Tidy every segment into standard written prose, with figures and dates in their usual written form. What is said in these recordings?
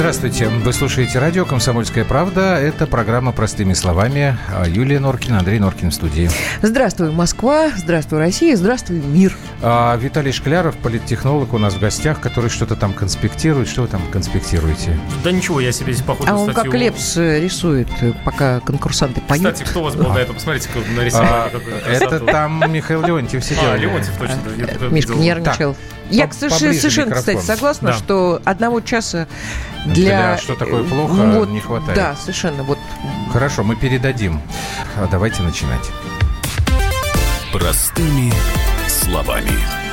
Здравствуйте. Вы слушаете радио «Комсомольская правда». Это программа «Простыми словами». Юлия Норкина, Андрей Норкин в студии. Здравствуй, Москва. Здравствуй, Россия. Здравствуй, мир. Виталий Шкляров, политтехнолог, у нас в гостях, который что-то там конспектирует. Что вы там конспектируете? Да ничего, я себе здесь похожую статью... статью... он как Лепс рисует, пока конкурсанты поют. Кстати, кто у вас был до этого? Посмотрите, как нарисовали. Это там Михаил Леонтьев сидел. Леонтьев, точно. Мишка нервничал. Я совершенно, кстати, согласна, что одного часа для что такое плохо, не хватает. Да, совершенно. Хорошо, мы передадим. Давайте начинать. Простыми словами.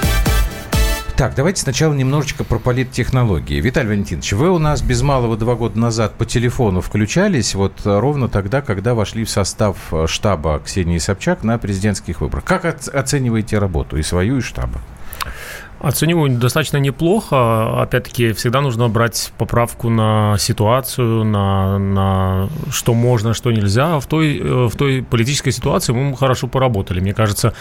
Так, давайте сначала немножечко про политтехнологии. Виталий Валентинович, вы у нас без малого 2 года назад по телефону включались, вот ровно тогда, когда вошли в состав штаба Ксении Собчак на президентских выборах. Как оцениваете работу и свою, и штаба? Оцениваю достаточно неплохо. Опять-таки, всегда нужно брать поправку на ситуацию, на что можно, что нельзя. В той политической ситуации мы хорошо поработали. Мне кажется,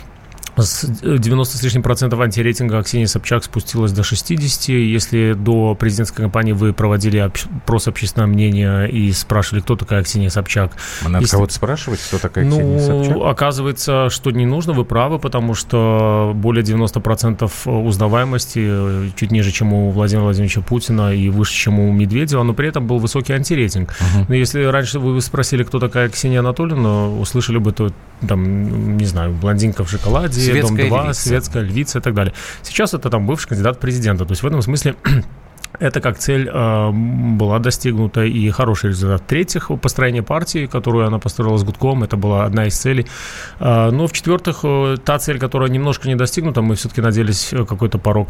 с 90 с лишним процентов антирейтинга Ксении Собчак спустилась до 60. Если до президентской кампании вы проводили опрос общественного мнения и спрашивали, кто такая Ксения Собчак. Надо кого-то спрашивать, кто такая Ксения Собчак? Оказывается, что не нужно, вы правы, потому что более 90% узнаваемости чуть ниже, чем у Владимира Владимировича Путина и выше, чем у Медведева, но при этом был высокий антирейтинг. Но если раньше вы спросили, кто такая Ксения Анатольевна, услышали бы, то, там, не знаю, блондинка в шоколаде, Светская Дом-2, львица. Светская львица и так далее. Сейчас это там бывший кандидат в президента. То есть в этом смысле это как цель была достигнута и хороший результат. В-третьих, построение партии, которую она построила с Гудковым, это была одна из целей. Но в-четвертых, та цель, которая немножко не достигнута, мы все-таки надеялись какой-то порог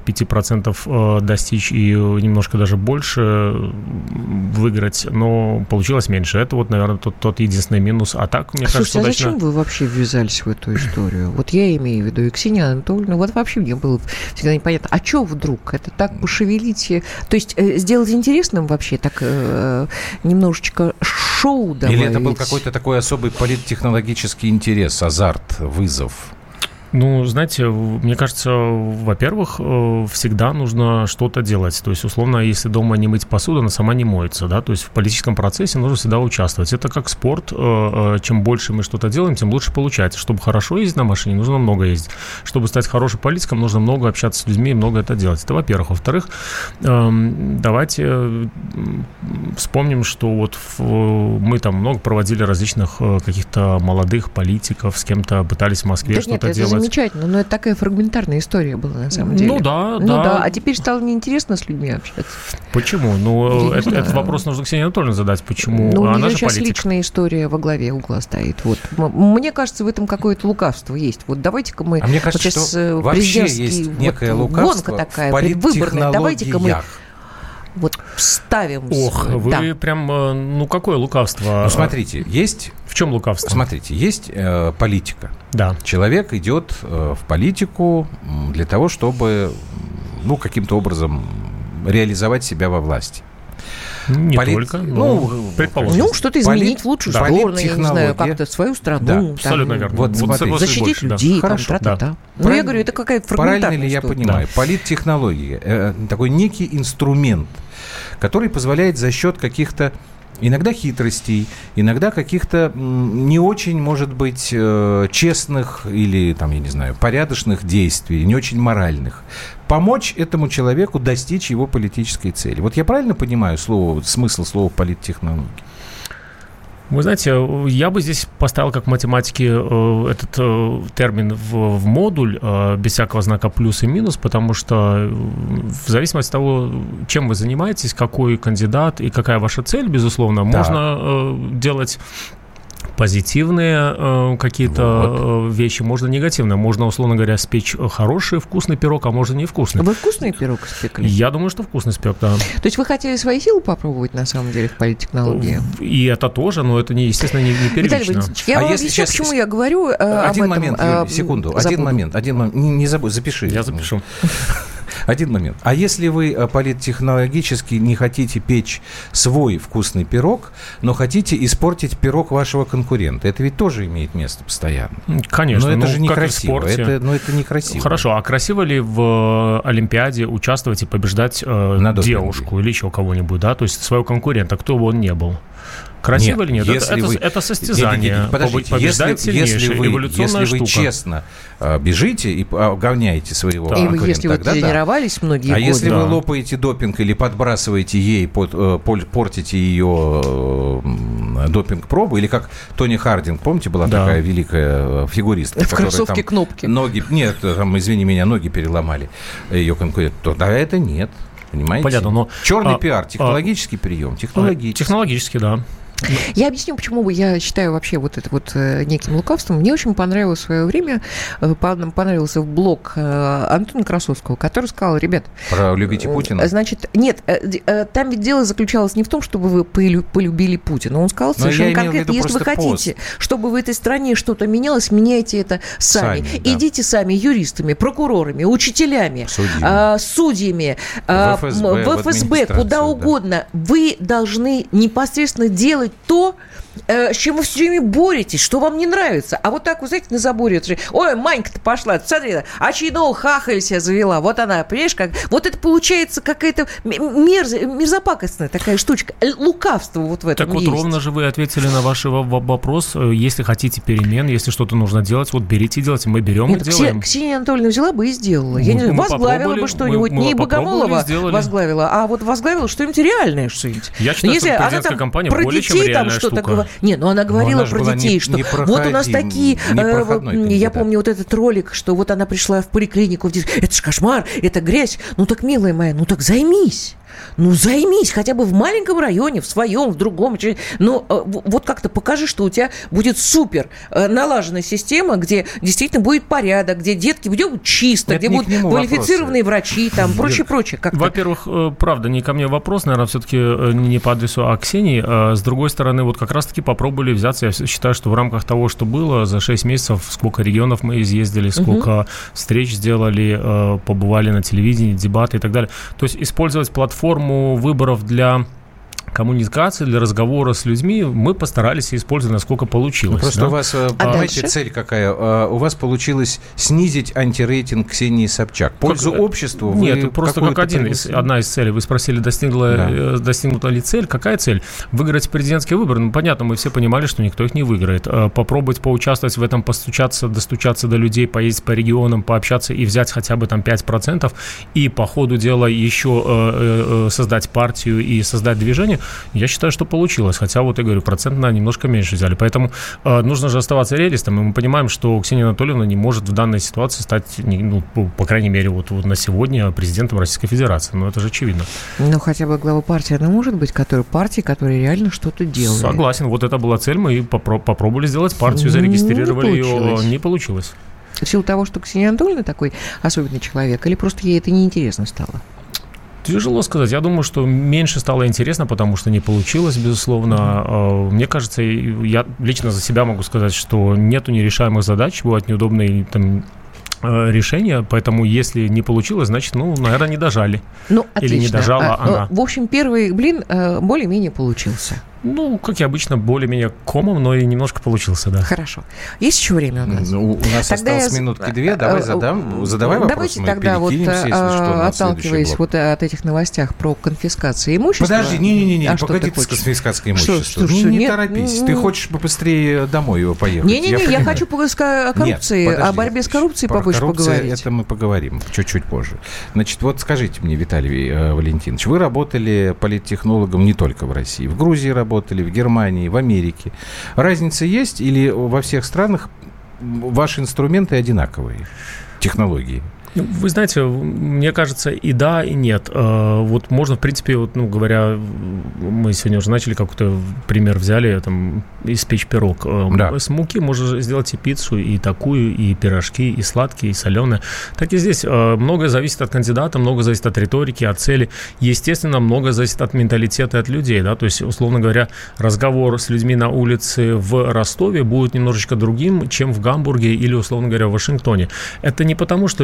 5% достичь и немножко даже больше выиграть, но получилось меньше. Это вот, наверное, тот единственный минус. А так, мне кажется, удачно. Зачем вы вообще ввязались в эту историю? Вот я имею в виду и Ксения Анатольевна, вот вообще мне было всегда непонятно. А что вдруг? Это так пошевелить... То есть сделать интересным вообще, так немножечко шоу добавить. Или это был какой-то такой особый политтехнологический интерес, азарт, вызов? Ну, знаете, мне кажется, во-первых, всегда нужно что-то делать. То есть, условно, если дома не мыть посуду, она сама не моется, да. То есть в политическом процессе нужно всегда участвовать. Это как спорт. Чем больше мы что-то делаем, тем лучше получается. Чтобы хорошо ездить на машине, нужно много ездить. Чтобы стать хорошим политиком, нужно много общаться с людьми и много это делать. Это во-первых. Во-вторых, давайте вспомним, что вот мы там много проводили различных каких-то молодых политиков, с кем-то пытались в Москве что-то делать. Замечательно, но это такая фрагментарная история была на самом деле. Ну да. А теперь стало неинтересно с людьми общаться. Почему? Ну, этот вопрос нужно Ксении Анатольевне задать. Почему? Ну, она же сейчас политик. личная история во главе угла стоит. Вот. Мне кажется, в этом какое-то лукавство есть. Вот давайте-ка мы... А мне кажется, вот что вообще есть некое лукавство гонка такая, в политтехнологиях. Давайте-ка мы... Вот вставим. Ох, вы прям, какое лукавство? Ну, смотрите, есть... В чем лукавство? Смотрите, есть политика. Да. Человек идет в политику для того, чтобы, каким-то образом реализовать себя во власти. Не только, предположим. Что-то изменить в лучшую сторону, я не знаю, как-то свою страну. Да, абсолютно верно. Вот, защитить людей. Хорошо. Да. Ну, я говорю, это какая-то фрагментарная Правильно ли я понимаю? Да. Политтехнология такой некий инструмент, который позволяет за счет каких-то иногда хитростей, иногда каких-то не очень, может быть, честных или, там, я не знаю, порядочных действий, не очень моральных, помочь этому человеку достичь его политической цели. Вот я правильно понимаю смысл слова политтехнология? Вы знаете, я бы здесь поставил как математики этот термин в модуль без всякого знака плюс и минус, потому что в зависимости от того, чем вы занимаетесь, какой кандидат и какая ваша цель, безусловно, можно делать позитивные какие-то вещи, можно негативные. Можно, условно говоря, спечь хороший, вкусный пирог, а можно невкусный. Вы вкусный пирог испекли? Я думаю, что вкусный спек, да. То есть вы хотели свои силы попробовать, на самом деле, в политтехнологии? И это тоже, но это, естественно, не первично. Виталий Валентинович, я вам объясню, почему я говорю об этом. Один момент, Юлия, секунду. Один момент. Не забудь, запиши. Я запишу. Один момент. А если вы политтехнологически не хотите печь свой вкусный пирог, но хотите испортить пирог вашего конкурента, это ведь тоже имеет место постоянно. Конечно. Но это же некрасиво. Это некрасиво. Хорошо, а красиво ли в Олимпиаде участвовать и побеждать девушку или еще кого-нибудь, да? То есть своего конкурента, кто бы он ни был? Красиво или нет? Это состязание. Побеждает сильнейший, эволюционная штука. Если вы честно бежите и гоняете своего конкурента, если вы тренировались многие годы. А если вы лопаете допинг или подбрасываете ей, портите ее допинг-пробу, или как Тони Хардинг, помните, была такая великая фигуристка? В кроссовке кнопки. Нет, там, извини меня, ноги переломали ее конкурент. Да, это нет. Понимаете? Понятно, но... Черный пиар, технологический прием, технологический. Технологический, да. Я объясню, почему я считаю вообще вот это вот неким лукавством. Мне очень понравилось в свое время, понравился блог Антона Красовского, который сказал: ребят... Про «любите Путина»? Значит, нет, там ведь дело заключалось не в том, чтобы вы полюбили Путина. Он сказал совершенно конкретно: если вы хотите, чтобы в этой стране что-то менялось, меняйте это сами. Идите сами юристами, прокурорами, учителями, судьями, в ФСБ, куда угодно. Вы должны непосредственно делать то, с чем вы все время боретесь, что вам не нравится. А вот так, вы знаете, на заборе: ой, Манька-то пошла, смотри, очередного хахаля себя завела. Вот она, понимаешь, как... Вот это получается какая-то мерзопакостная такая штучка. Лукавство вот в этом так есть. Вот ровно же вы ответили на ваш вопрос. Если хотите перемен, если что-то нужно делать, вот берите и делайте. Мы берем и делаем. Ксения Анатольевна взяла бы и сделала. Я не знаю, возглавила бы что-нибудь. Не Богомолова возглавила, а вот возглавила что-нибудь реальное. Что-нибудь. Я считаю, что президентская кампания более чем реальная штука. Не, ну она говорила про детей, что вот у нас такие... Я помню вот этот ролик, что вот она пришла в поликлинику, это ж кошмар, это грязь. Ну так, милая моя, ну так займись. Ну, займись хотя бы в маленьком районе, в своем, в другом. Ну, вот как-то покажи, что у тебя будет супер налаженная система, где действительно будет порядок, где детки будут чисто, это где будут квалифицированные врачи, там, прочее. Во-первых, правда, не ко мне вопрос, наверное, все-таки не по адресу, а Ксении. С другой стороны, вот как раз-таки попробовали взяться. Я считаю, что в рамках того, что было за 6 месяцев, сколько регионов мы изъездили, сколько встреч сделали, побывали на телевидении, дебаты и так далее. То есть использовать платформу выборов для коммуникации, для разговора с людьми мы постарались и использовать, насколько получилось. Ну, просто у вас, понимаете, цель какая? У вас получилось снизить антирейтинг Ксении Собчак. Пользу обществу? Нет, просто как одна из целей. Вы спросили, достигнута ли цель? Какая цель? Выиграть президентские выборы. Ну, понятно, мы все понимали, что никто их не выиграет. Попробовать поучаствовать в этом, достучаться до людей, поездить по регионам, пообщаться и взять хотя бы там 5%, и по ходу дела еще создать партию и создать движение. Я считаю, что получилось. Хотя, вот я говорю, процентно немножко меньше взяли. Поэтому нужно же оставаться реалистом. И мы понимаем, что Ксения Анатольевна не может в данной ситуации стать, ну, по крайней мере, вот на сегодня президентом Российской Федерации. Ну, это же очевидно. Ну, хотя бы глава партии, она может быть, партии, которая реально что-то делает. Согласен. Вот это была цель. Мы попробовали сделать партию, зарегистрировали ее. Не получилось. В силу того, что Ксения Анатольевна такой особенный человек, или просто ей это неинтересно стало? Тяжело сказать. Я думаю, что меньше стало интересно, потому что не получилось, безусловно. Мне кажется, я лично за себя могу сказать, что нету нерешаемых задач, бывают неудобные там решения, поэтому если не получилось, значит, наверное, не дожали. Ну, отлично. Или не дожала она. В общем, первый блин более-менее получился. Ну, как и обычно, более-менее комом, но и немножко получился, да. Хорошо. Есть еще время у нас? У нас тогда осталось минутки-две. Давай задавай вопрос. Давайте тогда отталкиваясь вот от этих новостях про конфискацию имущества. Подожди, не, погоди с конфискацией имущества. Не торопись. Ты хочешь побыстрее домой его поехать? Не, я хочу о коррупции, о борьбе с коррупцией побольше поговорить. Это мы поговорим чуть-чуть позже. Значит, вот скажите мне, Виталий Валентинович, вы работали политтехнологом не только в России, в Грузии работали, в Германии, в Америке. Разница есть или во всех странах ваши инструменты одинаковые, технологии? Вы знаете, мне кажется, и да, и нет. Вот можно, в принципе, говоря, мы сегодня уже начали какой-то пример взяли, там, испечь пирог. Да. С муки можно сделать и пиццу, и такую, и пирожки, и сладкие, и соленые. Так и здесь многое зависит от кандидата, многое зависит от риторики, от цели. Естественно, многое зависит от менталитета и от людей, да, то есть, условно говоря, разговор с людьми на улице в Ростове будет немножечко другим, чем в Гамбурге или, условно говоря, в Вашингтоне. Это не потому, что люди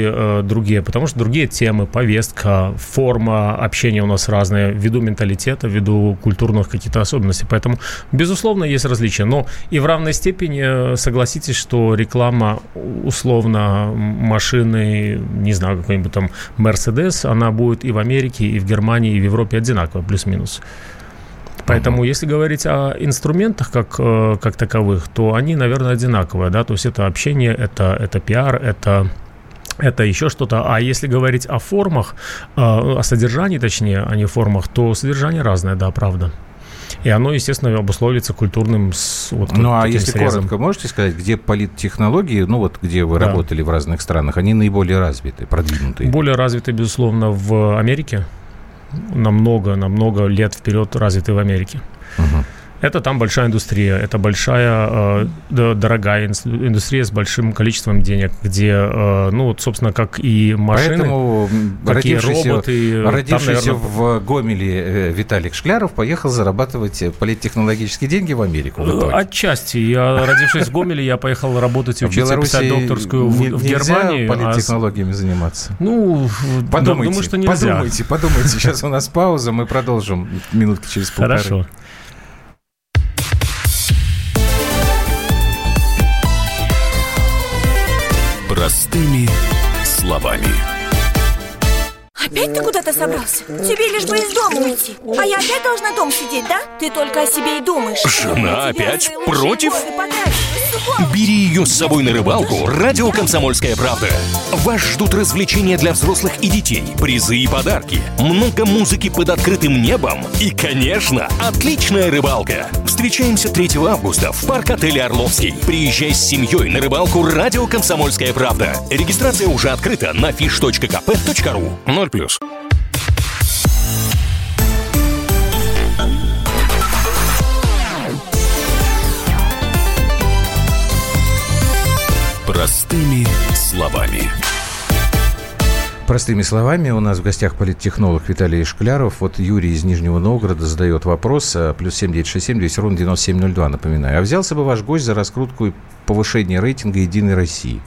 другие, потому что другие темы, повестка, форма общения у нас разная, ввиду менталитета, ввиду культурных каких-то особенностей. Поэтому, безусловно, есть различия. Но и в равной степени согласитесь, что реклама условно машины, не знаю, какой-нибудь там Mercedes, она будет и в Америке, и в Германии, и в Европе одинаково, плюс-минус. Поэтому, если говорить о инструментах как таковых, то они, наверное, одинаковые, да, то есть это общение, это пиар, это еще что-то. А если говорить о формах, о содержании, точнее, а не формах, то содержание разное, да, правда. И оно, естественно, обусловливается культурным а если срезом. Коротко, можете сказать, где политтехнологии, где вы работали в разных странах, они наиболее развиты, продвинутые? Более развиты, безусловно, в Америке. Намного лет вперед развиты в Америке. Угу. Это там большая индустрия, это большая, дорогая индустрия с большим количеством денег, где, собственно, как и машины, поэтому как и роботы. Родившийся в Гомеле Виталик Шкляров поехал зарабатывать политтехнологические деньги в Америку. Отчасти. Родившись в Гомеле, я поехал работать и учиться, писать докторскую в Германии. Политтехнологиями заниматься? Думаю, что нельзя. Подумайте. Сейчас у нас пауза, мы продолжим минутки через полторы. Хорошо. Простыми словами. Опять ты куда-то собрался? Тебе лишь бы из дома уйти. А я опять должна дома сидеть, да? Ты только о себе и думаешь. Жена опять против? Бери ее с собой на рыбалку. Радио «Комсомольская правда». Вас ждут развлечения для взрослых и детей, призы и подарки, много музыки под открытым небом и, конечно, отличная рыбалка. Встречаемся 3 августа в парк-отеле «Орловский». Приезжай с семьей на рыбалку. Радио «Комсомольская правда». Регистрация уже открыта на fish.kp.ru. 0+. Простыми словами. Простыми словами, у нас в гостях политтехнолог Виталий Шкляров. Вот Юрий из Нижнего Новгорода задает вопрос. +7 967 200 ровно 9702, напоминаю. А взялся бы ваш гость за раскрутку и повышение рейтинга «Единой России»?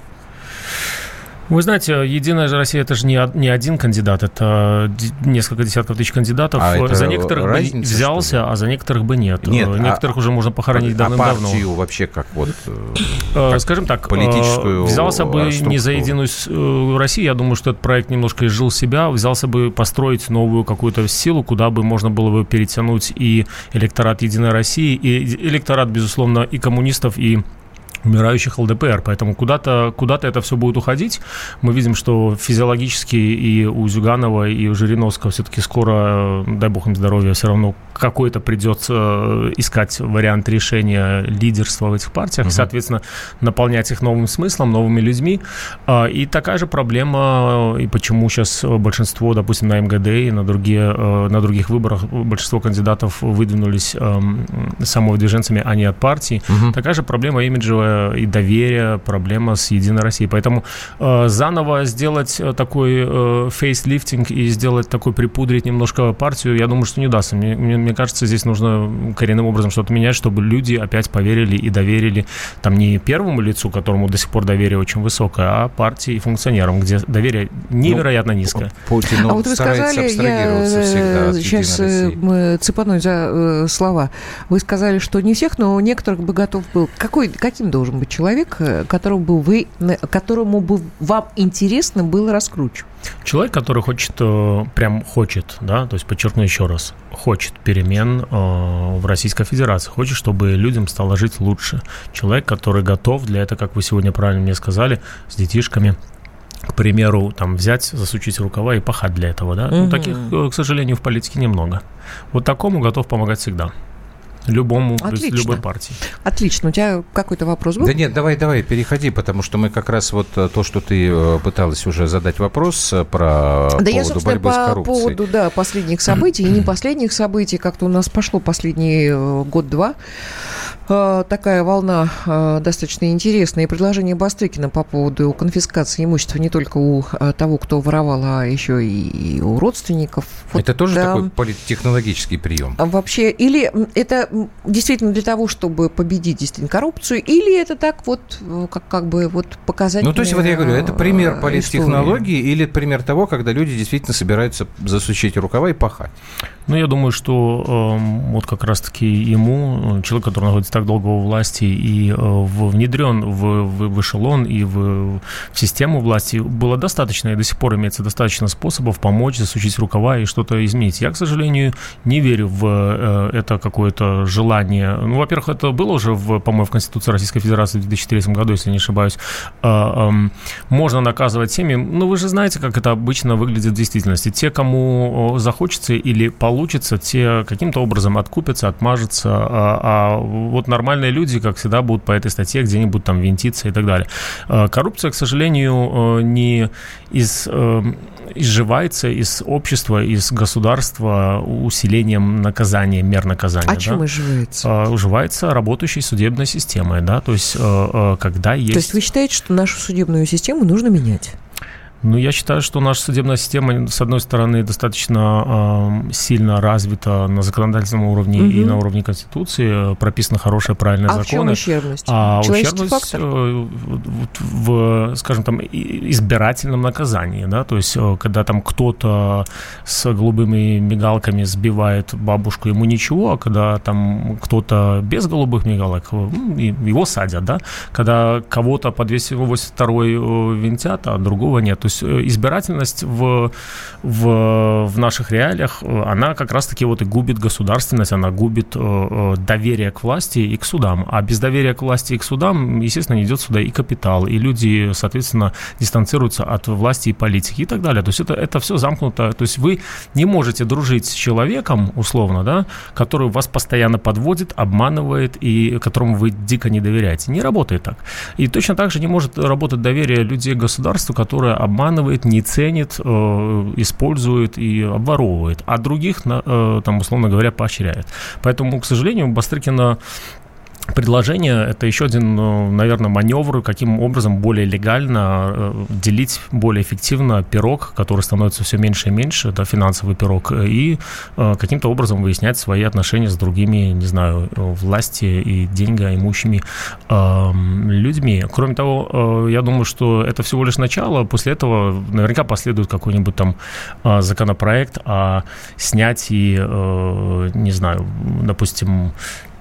Вы знаете, «Единая Россия» — это же не один кандидат, это несколько десятков тысяч кандидатов. За некоторых бы взялся, а за некоторых бы нет. Некоторых уже можно похоронить давным-давно. А партию вообще как скажем так, политическую взялся бы не за «Единую Россию», я думаю, что этот проект немножко изжил себя, взялся бы построить новую какую-то силу, куда бы можно было бы перетянуть и электорат «Единой России», и электорат, безусловно, и коммунистов, и умирающих ЛДПР, поэтому куда-то это все будет уходить. Мы видим, что физиологически и у Зюганова, и у Жириновского все-таки скоро, дай бог им здоровья, все равно какой-то придется искать вариант решения лидерства в этих партиях, и, соответственно, наполнять их новым смыслом, новыми людьми. И такая же проблема, и почему сейчас большинство, допустим, на МГД и на других выборах большинство кандидатов выдвинулись самовыдвиженцами, а не от партии. Такая же проблема имиджевая и доверия, проблема с «Единой Россией». Поэтому заново сделать такой фейслифтинг и сделать такой, припудрить немножко партию, я думаю, что не удастся. Мне кажется, здесь нужно коренным образом что-то менять, чтобы люди опять поверили и доверили там не первому лицу, которому до сих пор доверие очень высокое, а партии и функционерам, где доверие невероятно низкое. Путин вот вы старается абстрагироваться всегда от сейчас «Единой России». цепаной за слова. Вы сказали, что не всех, но некоторых бы готов был. Каким должен быть человек, которому бы вам интересно было раскручивать? Человек, который хочет, да, то есть, подчеркну еще раз, хочет перемен в Российской Федерации, хочет, чтобы людям стало жить лучше. Человек, который готов для этого, как вы сегодня правильно мне сказали, с детишками, к примеру, там, взять, засучить рукава и пахать для этого, да. Ну, таких, к сожалению, в политике немного. Вот такому готов помогать всегда. Любому, любой партии. Отлично. У тебя какой-то вопрос был? Да нет, давай, переходи, потому что мы как раз вот то, что ты пыталась уже задать вопрос про поводу борьбы с коррупцией. По поводу, да, последних событий и не последних событий, как-то у нас пошло последний год-два. такая волна достаточно интересная. И предложение Бастрыкина по поводу конфискации имущества не только у того, кто воровал, а еще и у родственников. Вот, это тоже такой политтехнологический прием? Вообще, или это действительно для того, чтобы победить действительно коррупцию, или это так вот, как бы вот показать. Ну, то есть, вот я говорю, это пример политтехнологии или пример того, когда люди действительно собираются засучить рукава и пахать? Ну, я думаю, что вот как раз-таки ему, человек, который находится так долго у власти и внедрен в эшелон и в систему власти, было достаточно, и до сих пор имеется достаточно способов помочь, засучить рукава и что-то изменить. Я, к сожалению, не верю в это какое-то желание. Ну, во-первых, это было уже, по-моему, в Конституции Российской Федерации в 2003 году, если не ошибаюсь. Можно наказывать семьи. Но вы же знаете, как это обычно выглядит в действительности. Те, кому захочется или получится, те каким-то образом откупятся, отмажутся, а вот нормальные люди, как всегда, будут по этой статье где-нибудь там винтиться и так далее. Коррупция, к сожалению, не изживается из общества, из государства усилением наказания, мер наказания. А чем изживается? Уживается работающей судебной системой, да, то есть когда есть... То есть вы считаете, что нашу судебную систему нужно менять? Ну, я считаю, что наша судебная система, с одной стороны, достаточно сильно развита на законодательном уровне и на уровне Конституции, прописаны хорошие, правильные законы. А в чем ущербность? А человеческий ущербность фактор? в, скажем там, избирательном наказании, да, то есть когда там кто-то с голубыми мигалками сбивает бабушку, ему ничего, а когда там кто-то без голубых мигалок, его садят, да, когда кого-то по 282-й винтят, а другого нет. То есть избирательность в наших реалиях, она как раз-таки вот и губит государственность, она губит доверие к власти и к судам. А без доверия к власти и к судам, естественно, не идет сюда и капитал, и люди, соответственно, дистанцируются от власти и политики и так далее. То есть это все замкнуто. То есть вы не можете дружить с человеком, условно, да, который вас постоянно подводит, обманывает и которому вы дико не доверяете. Не работает так. И точно так же не может работать доверие людей к государству, которое обманывает, не ценит, использует и обворовывает, а других, там, условно говоря, поощряет. Поэтому, к сожалению, Бастрыкина предложение – это еще один, наверное, маневр, каким образом более легально делить более эффективно пирог, который становится все меньше и меньше, это финансовый пирог, и каким-то образом выяснять свои отношения с другими, не знаю, власти и деньгоимущими людьми. Кроме того, я думаю, что это всего лишь начало, после этого наверняка последует какой-нибудь там законопроект о снятии, не знаю, допустим,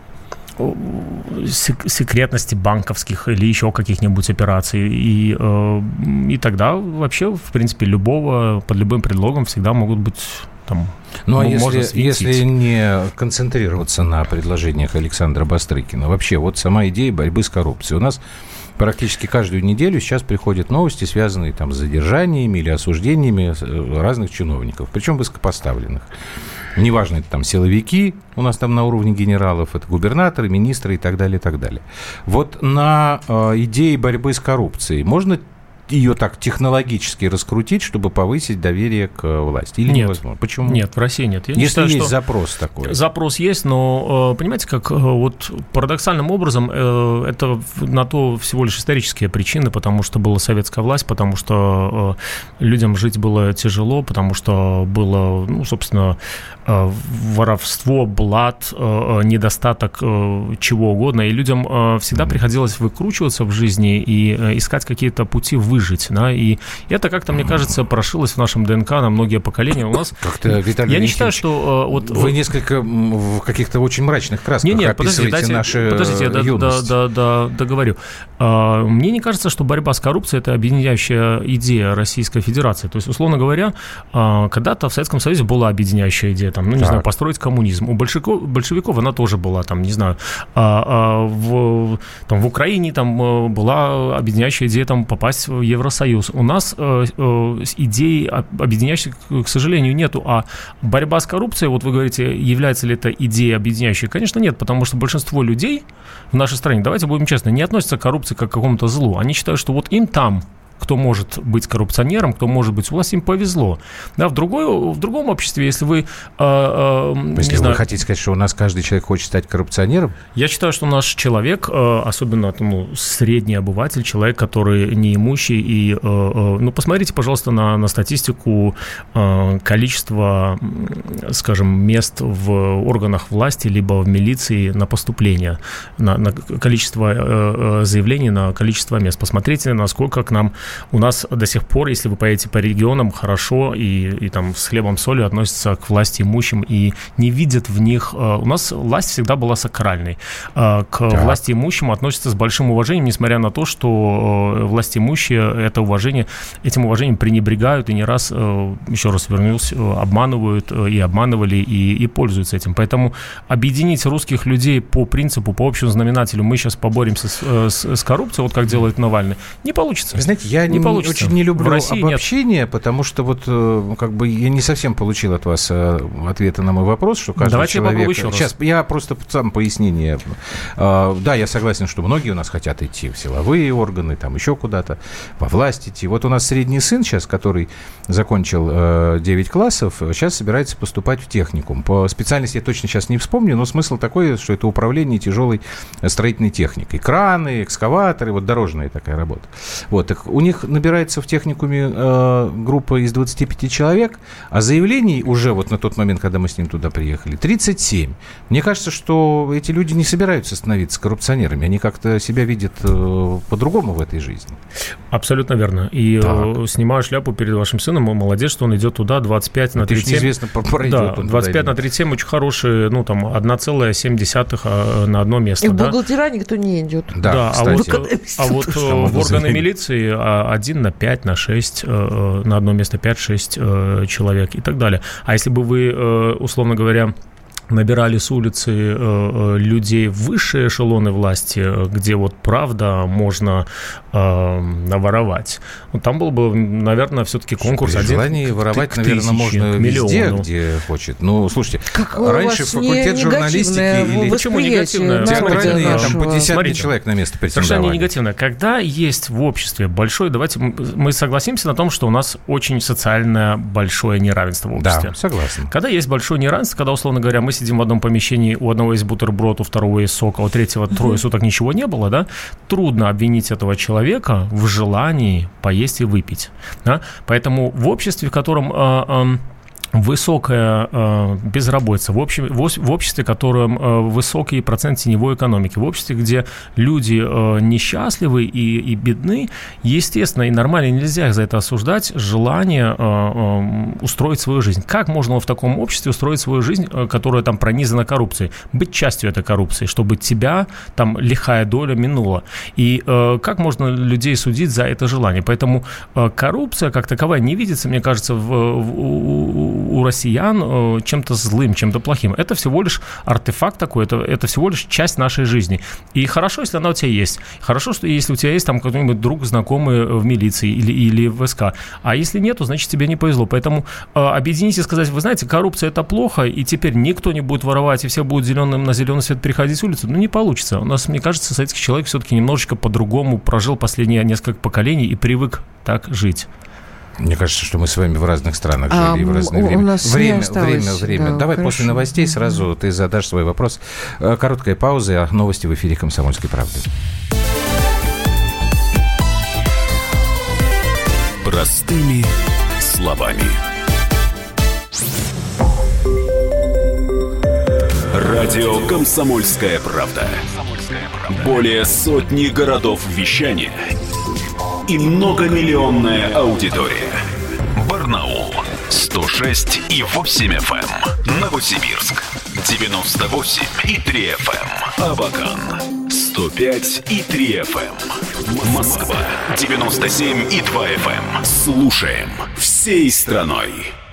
секретности банковских или еще каких-нибудь операций. И тогда вообще, в принципе, под любым предлогом всегда могут быть там... Ну, а если не концентрироваться на предложениях Александра Бастрыкина, вообще вот сама идея борьбы с коррупцией. У нас практически каждую неделю сейчас приходят новости, связанные там с задержаниями или осуждениями разных чиновников, причем высокопоставленных. Неважно, это там силовики у нас там на уровне генералов, это губернаторы, министры и так далее, и так далее. Вот на идее борьбы с коррупцией можно ее так технологически раскрутить, чтобы повысить доверие к власти? Или невозможно? Почему? Нет, в России нет. Если считаю, есть запрос такой. Запрос есть, но, понимаете, как вот парадоксальным образом это на то всего лишь исторические причины, потому что была советская власть, потому что людям жить было тяжело, потому что было, ну, собственно, воровство, блат, недостаток чего угодно, и людям всегда приходилось выкручиваться в жизни и искать какие-то пути выжить, да, и это как-то, мне кажется, прошилось в нашем ДНК на многие поколения. У нас... Как-то, Виталий Я не считаю, что... Вы несколько в каких-то очень мрачных красках описываете нашу юность. Подождите, договорю. Мне не кажется, что борьба с коррупцией – это объединяющая идея Российской Федерации. То есть, условно говоря, когда-то в Советском Союзе была объединяющая идея, там, ну, не знаю, построить коммунизм. У большевиков она тоже была, там, не знаю, в Украине там была объединяющая идея там попасть в Евросоюз. У нас идей объединяющих, к сожалению, нету. А борьба с коррупцией, вот вы говорите, является ли это идеей объединяющей? Конечно, нет, потому что большинство людей в нашей стране, давайте будем честны, не относятся к коррупции как к какому-то злу. Они считают, что вот им там кто может быть коррупционером, кто может быть у власти, им повезло. Да, в другом обществе, если вы... Если вы хотите сказать, что у нас каждый человек хочет стать коррупционером? Я считаю, что наш человек, особенно средний обыватель, человек, который неимущий, и, посмотрите, пожалуйста, на статистику количества, скажем, мест в органах власти, либо в милиции на поступление, на количество заявлений, на количество мест. Посмотрите, насколько у нас до сих пор, если вы поедете по регионам, хорошо и там с хлебом солью относятся к власти имущим и не видят в них... У нас власть всегда была сакральной. К власти имущим относятся с большим уважением, несмотря на то, что власти имущие этим уважением пренебрегают и не раз, еще раз вернусь, обманывают и обманывали и пользуются этим. Поэтому объединить русских людей по принципу, по общему знаменателю, мы сейчас поборемся с коррупцией, вот как делает Навальный, не получится. Вы знаете, я очень не люблю обобщение, потому что я не совсем получил от вас ответа на мой вопрос, что каждый человек... Сейчас я просто сам пояснение. Да, я согласен, что многие у нас хотят идти в силовые органы, там еще куда-то, во власть идти. Вот у нас средний сын сейчас, который закончил 9 классов, сейчас собирается поступать в техникум. По специальности я точно сейчас не вспомню, но смысл такой, что это управление тяжелой строительной техникой. Краны, экскаваторы, дорожная такая работа. Так у них набирается в техникуме группа из 25 человек, а заявлений уже на тот момент, когда мы с ним туда приехали, 37. Мне кажется, что эти люди не собираются становиться коррупционерами, они как-то себя видят по-другому в этой жизни. Абсолютно верно. И снимаю шляпу перед вашим сыном, молодец, что он идет туда 25 на 37. Неизвестно, пройдет он 25 на 37 очень хорошие, 1,7 на одно место. И в бухгалтера никто не идет. Да, а в органы милиции 1 на 5, на 6, на одно место 5-6 человек и так далее. А если бы вы, условно говоря, набирали с улицы людей в высшие эшелоны власти, где правда можно наворовать. Там был бы, наверное, все-таки конкурс при желании воровать, наверное, можно везде, где хочет. Слушайте, раньше факультет журналистики почему негативное? Театральные, там по 50 человек на место претендовали. Совершенно не негативное. Когда есть в обществе большое, давайте мы согласимся на том, что у нас очень социальное большое неравенство в обществе. Да, согласен. Когда есть большое неравенство, когда, условно говоря, мы сидим в одном помещении, у одного есть бутерброд, у второго есть сок, а у третьего трое суток ничего не было, да, трудно обвинить этого человека в желании поесть и выпить. Да? Поэтому в обществе, в котором высокая безработица, в обществе, в котором высокий процент теневой экономики, в обществе, где люди несчастливы и бедны, естественно, и нормально, нельзя за это осуждать желание устроить свою жизнь. Как можно в таком обществе устроить свою жизнь, которая там пронизана коррупцией? Быть частью этой коррупции, чтобы тебя там лихая доля минула. И как можно людей судить за это желание? Поэтому коррупция как таковая не видится, мне кажется, у россиян чем-то злым, чем-то плохим. Это всего лишь артефакт такой, это всего лишь часть нашей жизни. И хорошо, если она у тебя есть. Хорошо, что если у тебя есть там какой-нибудь друг, знакомый в милиции или в СК. А если нету, значит, тебе не повезло. Поэтому объединитесь и сказать, вы знаете, коррупция – это плохо, и теперь никто не будет воровать, и все будут на зеленый свет переходить улицу. Не получится. У нас, мне кажется, советский человек все-таки немножечко по-другому прожил последние несколько поколений и привык так жить. Мне кажется, что мы с вами в разных странах жили в разное время. У нас время. Да, давай хорошо. После новостей сразу ты задашь свой вопрос. Короткая пауза, а новости в эфире «Комсомольской правды». Простыми словами. Радио «Комсомольская правда». Более сотни городов вещания и многомиллионная аудитория. Барнаул 106,8 FM. Новосибирск 98,3 FM. Абакан 105,3 FM. Москва 97,2 FM. Слушаем всей страной.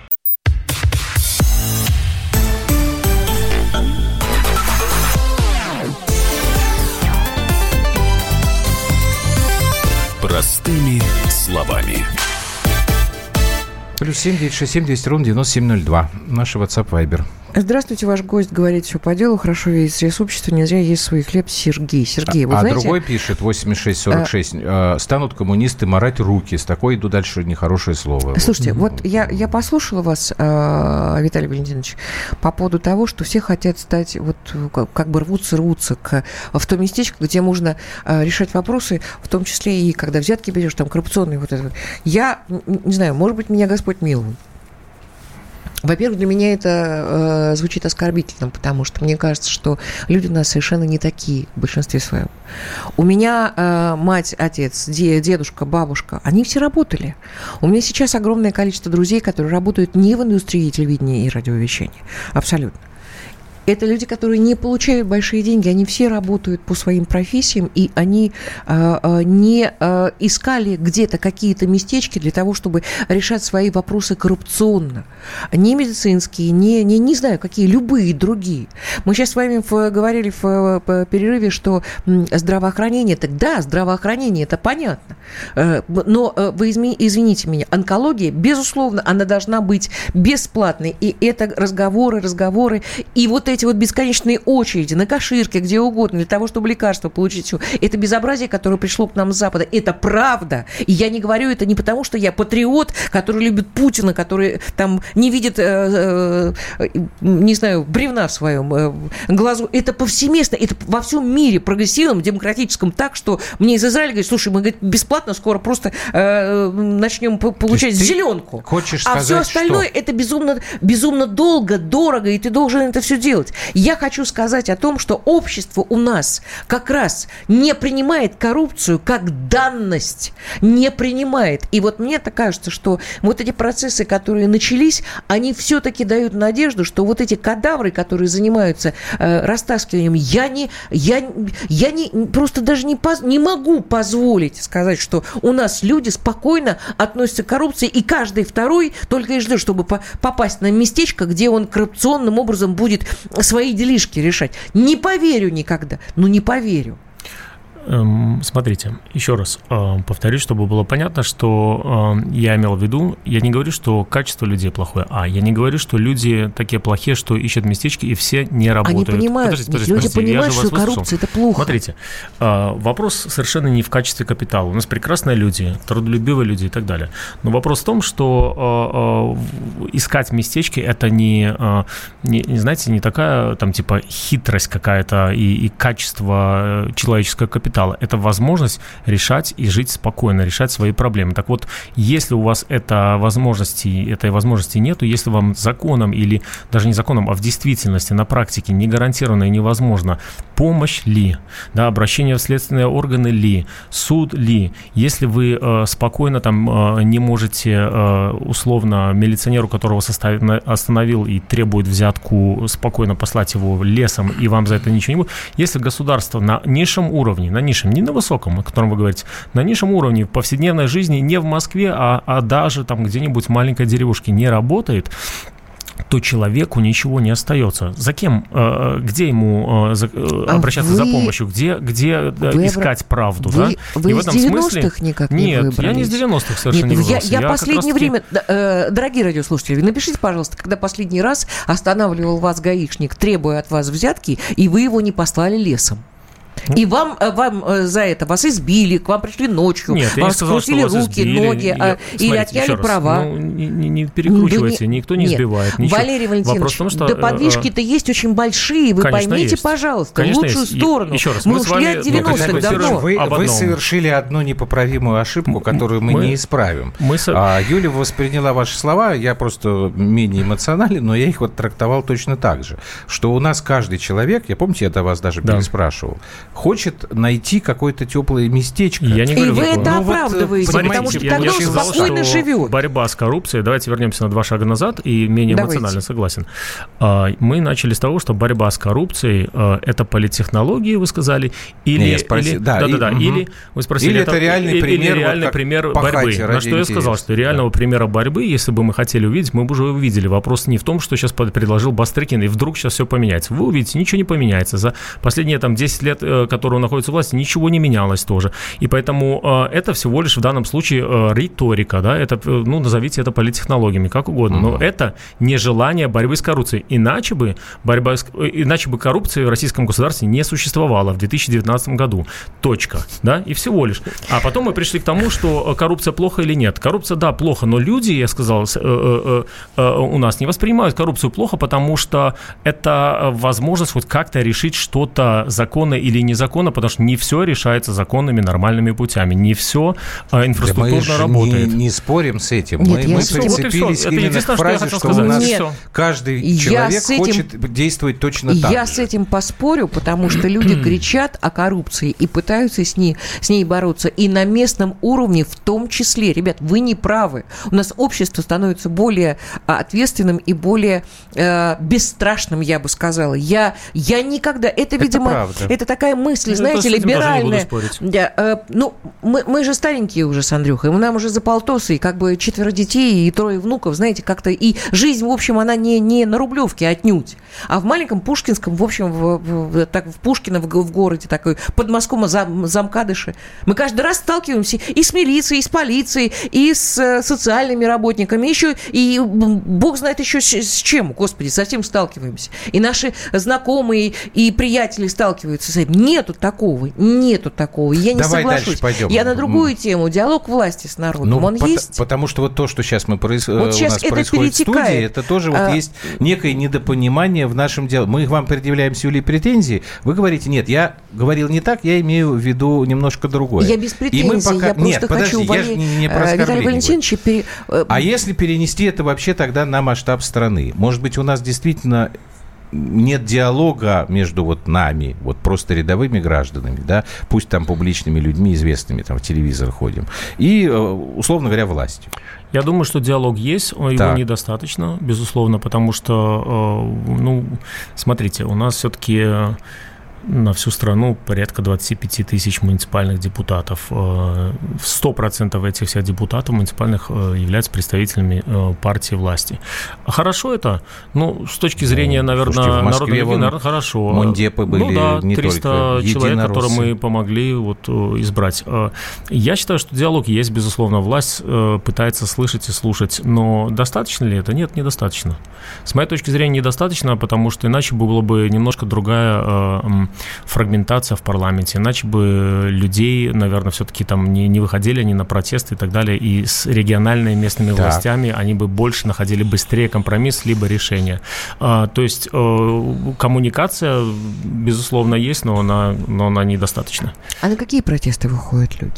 Простыми словами. +7 967 200 ровно 9702. Наш WhatsApp Viber. Здравствуйте, ваш гость говорит все по делу, хорошо видеть срез общества, не зря есть свой хлеб. Сергей, вы знаете... другой пишет, 8646, станут коммунисты марать руки, с такой иду дальше нехорошее слово. Слушайте, вот я послушала вас, Виталий Валентинович, по поводу того, что все хотят стать, вот как бы рвутся в то местечко, где можно решать вопросы, в том числе и когда взятки берешь, там коррупционные вот это. Я не знаю, может быть, меня Господь миловал. Во-первых, для меня это звучит оскорбительно, потому что мне кажется, что люди у нас совершенно не такие в большинстве своем. У меня мать, отец, дедушка, бабушка, они все работали. У меня сейчас огромное количество друзей, которые работают не в индустрии телевидения и радиовещания. Абсолютно. Это люди, которые не получают большие деньги, они все работают по своим профессиям, и они не искали где-то какие-то местечки для того, чтобы решать свои вопросы коррупционно. Не медицинские, не знаю, какие, любые другие. Мы сейчас с вами говорили в перерыве, что здравоохранение, так да, здравоохранение, это понятно. Но вы извините меня, онкология, безусловно, она должна быть бесплатной, и это разговоры, и вот эти вот бесконечные очереди на Каширке, где угодно, для того, чтобы лекарства получить. Это безобразие, которое пришло к нам с Запада. Это правда. И я не говорю это не потому, что я патриот, который любит Путина, который там не видит, не знаю, бревна в своем глазу. Это повсеместно. Это во всем мире прогрессивном, демократическом так, что мне из Израиля говорят, слушай, мы говорит, бесплатно скоро просто начнем получать зеленку. Хочешь сказать, все остальное это безумно долго, дорого, и ты должен это все делать. Я хочу сказать о том, что общество у нас как раз не принимает коррупцию как данность. Не принимает. И вот мне-то кажется, что вот эти процессы, которые начались, они все-таки дают надежду, что вот эти кадавры, которые занимаются растаскиванием, я просто даже не могу позволить сказать, что у нас люди спокойно относятся к коррупции, и каждый второй только и ждет, чтобы попасть на местечко, где он коррупционным образом будет свои делишки решать. Не поверю никогда. Не поверю. Смотрите, еще раз повторюсь, чтобы было понятно, что я имел в виду. Я не говорю, что качество людей плохое, я не говорю, что люди такие плохие, что ищут местечки, и все не работают. Они понимают, люди понимают, что коррупция – это плохо. Смотрите, вопрос совершенно не в качестве капитала. У нас прекрасные люди, трудолюбивые люди и так далее. Но вопрос в том, что искать местечки – это не знаете, не такая там типа хитрость какая-то и качество человеческого капитала. Это возможность решать и жить спокойно, решать свои проблемы. Так вот, если у вас этой возможности нету, если вам законом или даже не законом, а в действительности, на практике не гарантированно и невозможно, помощь ли, да, обращение в следственные органы ли, суд ли, если вы спокойно там не можете условно милиционеру, которого остановил и требует взятку, спокойно послать его лесом, и вам за это ничего не будет, если государство на низшем уровне, не на высоком, о котором вы говорите, на низшем уровне в повседневной жизни, не в Москве, а даже там где-нибудь в маленькой деревушке не работает, то человеку ничего не остается. За кем, где ему обращаться за помощью, где искать правду? Вы из 90-х никак не выбрались? Нет, я не из 90-х совершенно не выбрался. Я последнее время, дорогие радиослушатели, напишите, пожалуйста, когда последний раз останавливал вас гаишник, требуя от вас взятки, и вы его не послали лесом. И вам за это вас избили, к вам пришли ночью, вам скрутили руки, ноги или отняли права. Не перекручивайте, никто не избивает. Валерий Валентинович, да подвижки-то есть очень большие, вы поймите, пожалуйста, в лучшую сторону. Мы ушли от 90-х давно. Вы совершили одну непоправимую ошибку, которую мы не исправим. Юля восприняла ваши слова, я просто менее эмоционален, но я их вот трактовал точно так же, что у нас каждый человек, помните, я до вас даже переспрашивал, хочет найти какое-то теплое местечко. Я не говорю, и вы это оправдываете, потому что тогда он спокойно живет. Борьба с коррупцией, давайте вернемся на 2 шага назад, и менее эмоционально согласен. Мы начали с того, что борьба с коррупцией – это политтехнологии, вы сказали, или вы спросили, или это реальный пример борьбы. На что я сказал, что реального примера борьбы, если бы мы хотели увидеть, мы бы уже увидели. Вопрос не в том, что сейчас предложил Бастрыкин, и вдруг сейчас все поменяется. Вы увидите, ничего не поменяется. За последние 10 лет которую находится в власти, ничего не менялось тоже. И поэтому это всего лишь в данном случае риторика, да, это, ну, назовите это политтехнологиями, как угодно, но это нежелание борьбы с коррупцией. Иначе бы коррупции в российском государстве не существовало в 2019 году. Точка. Да, и всего лишь. А потом мы пришли к тому, что коррупция плохо или нет. Коррупция, да, плохо, но люди, я сказал, у нас не воспринимают коррупцию плохо, потому что это возможность хоть как-то решить что-то законно или незаконно, потому что не все решается законными, нормальными путями. Не все инфраструктурно работает. Не спорим с этим. Нет, мы прицепились именно к фразе, что у нас каждый человек хочет действовать точно так же. Я с этим поспорю, потому что люди кричат о коррупции и пытаются с ней бороться. И на местном уровне в том числе. Ребят, вы не правы. У нас общество становится более ответственным и более бесстрашным, я бы сказала. Я никогда... Это, видимо, это такая мысль, знаете, либеральная. Мы же старенькие уже с Андрюхой. Нам уже за полтосы, и как бы 4 детей и 3 внуков, знаете, как-то... И жизнь, в общем, она не на Рублевке отнюдь, а в маленьком Пушкинском, в общем, в Пушкино, в городе такой, под Москвом, замкадыши. Мы каждый раз сталкиваемся и с милицией, и с полицией, и с социальными работниками, еще, и бог знает еще с чем, господи, со всем сталкиваемся. И наши знакомые и приятели сталкиваются с этим. Нету такого. Я не соглашусь. Дальше пойдем. Я на другую тему. Диалог власти с народом. Он есть. Потому что вот то, что сейчас у нас происходит в студии, это тоже вот есть некое недопонимание в нашем деле. Мы вам предъявляем с Юлей претензии. Вы говорите, нет, я говорил не так, я имею в виду немножко другое. Я без претензий, я просто хочу Виталия Валентиновича... А если перенести это вообще тогда на масштаб страны? Может быть, у нас действительно нет диалога между вот нами, вот просто рядовыми гражданами, да, пусть там публичными людьми, известными, там в телевизор ходим, и, условно говоря, властью. Я думаю, что диалог есть, его недостаточно, безусловно, потому что, смотрите, у нас все-таки... на всю страну порядка 25 тысяч муниципальных депутатов. 100% этих всех депутатов муниципальных являются представителями партии власти. Хорошо это? С точки зрения, наверное, народной любви, наверное, хорошо. Мундепы были не 300 только человек, которым мы помогли избрать. Я считаю, что диалог есть, безусловно. Власть пытается слышать и слушать, но достаточно ли это? Нет, недостаточно. С моей точки зрения, недостаточно, потому что иначе была бы немножко другая фрагментация в парламенте, иначе бы людей, наверное, все-таки там не выходили они на протесты и так далее, и с региональными местными властями они бы больше находили быстрее компромисс, либо решение. То есть коммуникация, безусловно, есть, но она недостаточна. А на какие протесты выходят люди?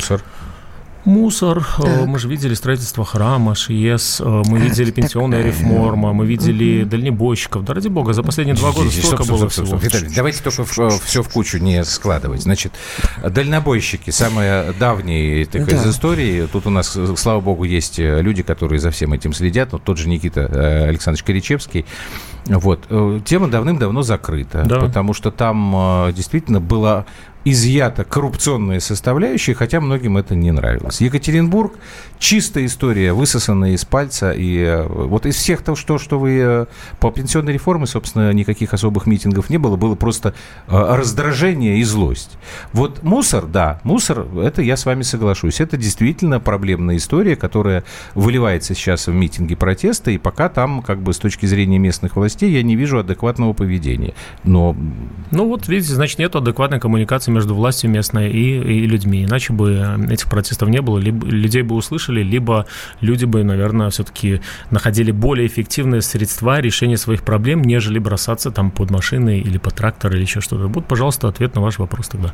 Мусор, мы же видели строительство храма, ШИЭС, мы видели пенсионная реформа, мы видели дальнобойщиков. Да ради бога, за последние 2 года столько было всего. Виталий, давайте только все в кучу не складывать. Значит, дальнобойщики, самые давние из истории. Тут у нас, слава богу, есть люди, которые за всем этим следят. Тот же Никита Александрович Коричевский. Тема давным-давно закрыта, потому что там действительно была изъята коррупционная составляющая, хотя многим это не нравилось. Екатеринбург – чистая история, высосанная из пальца. И вот из всех того, что вы по пенсионной реформе, собственно, никаких особых митингов не было, было просто раздражение и злость. Мусор, это я с вами соглашусь. Это действительно проблемная история, которая выливается сейчас в митинги протеста, и пока там, с точки зрения местных властей, я не вижу адекватного поведения. Но... видите, значит, нет адекватной коммуникации между властью местной и людьми. Иначе бы этих протестов не было, либо людей бы услышали, либо люди бы, наверное, все-таки находили более эффективные средства решения своих проблем, нежели бросаться там под машины или под трактор или еще что-то. Пожалуйста, ответ на ваш вопрос тогда.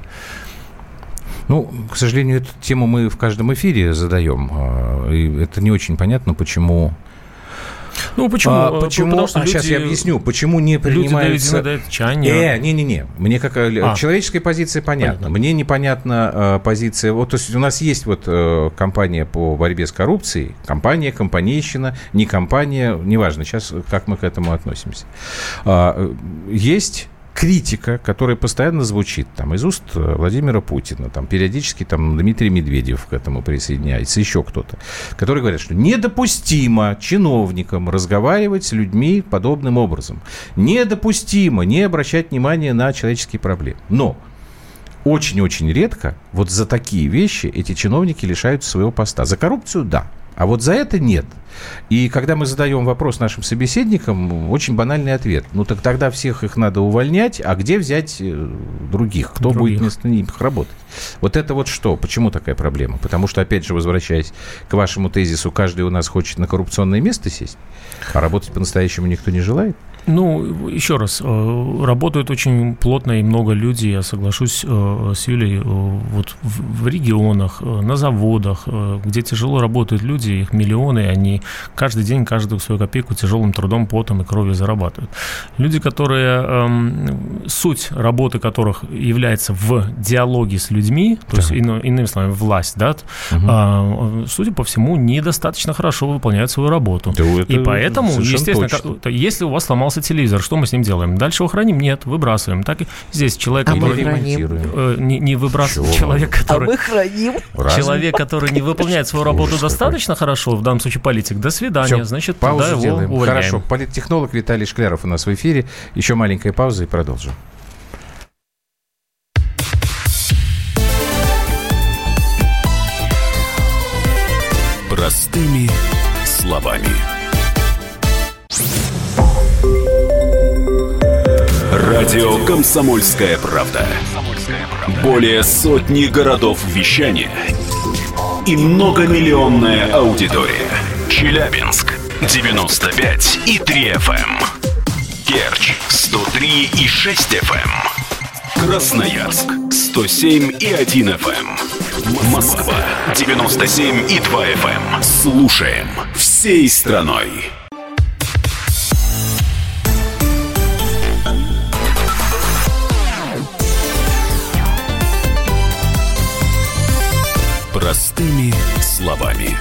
К сожалению, эту тему мы в каждом эфире задаем. И это не очень понятно, почему... Почему? Потому что сейчас я объясню, почему не принимается... Люди доведены Не. Мне человеческая позиция понятна. Мне непонятна позиция... То есть у нас есть компания по борьбе с коррупцией, компанейщина, не компания, неважно сейчас, как мы к этому относимся. Есть... критика, которая постоянно звучит из уст Владимира Путина, периодически Дмитрий Медведев к этому присоединяется, еще кто-то, которые говорят, что недопустимо чиновникам разговаривать с людьми подобным образом. Недопустимо не обращать внимания на человеческие проблемы. Но очень-очень редко вот за такие вещи эти чиновники лишаются своего поста. За коррупцию – да. А вот за это нет. И когда мы задаем вопрос нашим собеседникам, очень банальный ответ. Ну, так тогда всех их надо увольнять, а где взять других? Кто будет вместо них работать? Вот это вот что? Почему такая проблема? Потому что, опять же, возвращаясь к вашему тезису, каждый у нас хочет на коррупционное место сесть, а работать по-настоящему никто не желает? Ну, еще раз, работают очень плотно и много людей, я соглашусь с Юлей, вот в регионах, на заводах, где тяжело работают люди, их миллионы, они каждый день, каждую свою копейку тяжелым трудом, потом и кровью зарабатывают. Люди, которые, суть работы которых является в диалоге с людьми, то есть, иными словами, власть, да, судя по всему, недостаточно хорошо выполняют свою работу. Да, и поэтому, естественно, если у вас сломался телевизор, что мы с ним делаем? Дальше его храним? Нет, выбрасываем. Так и здесь человек, который не выбрасывает, человек, который не выполняет свою работу достаточно хорошо, в данном случае политик, до свидания. Все, значит, паузу его делаем. увольняем. Хорошо. Политтехнолог Виталий Шкляров у нас в эфире. Еще маленькая пауза и продолжим. Простыми словами. Радио «Комсомольская правда». Более сотни городов вещания и многомиллионная аудитория. Челябинск 95,3 FM. Керчь 103,6 FM. Красноярск 107,1 FM. Москва 97,2 FM. Слушаем всей страной. Простыми словами.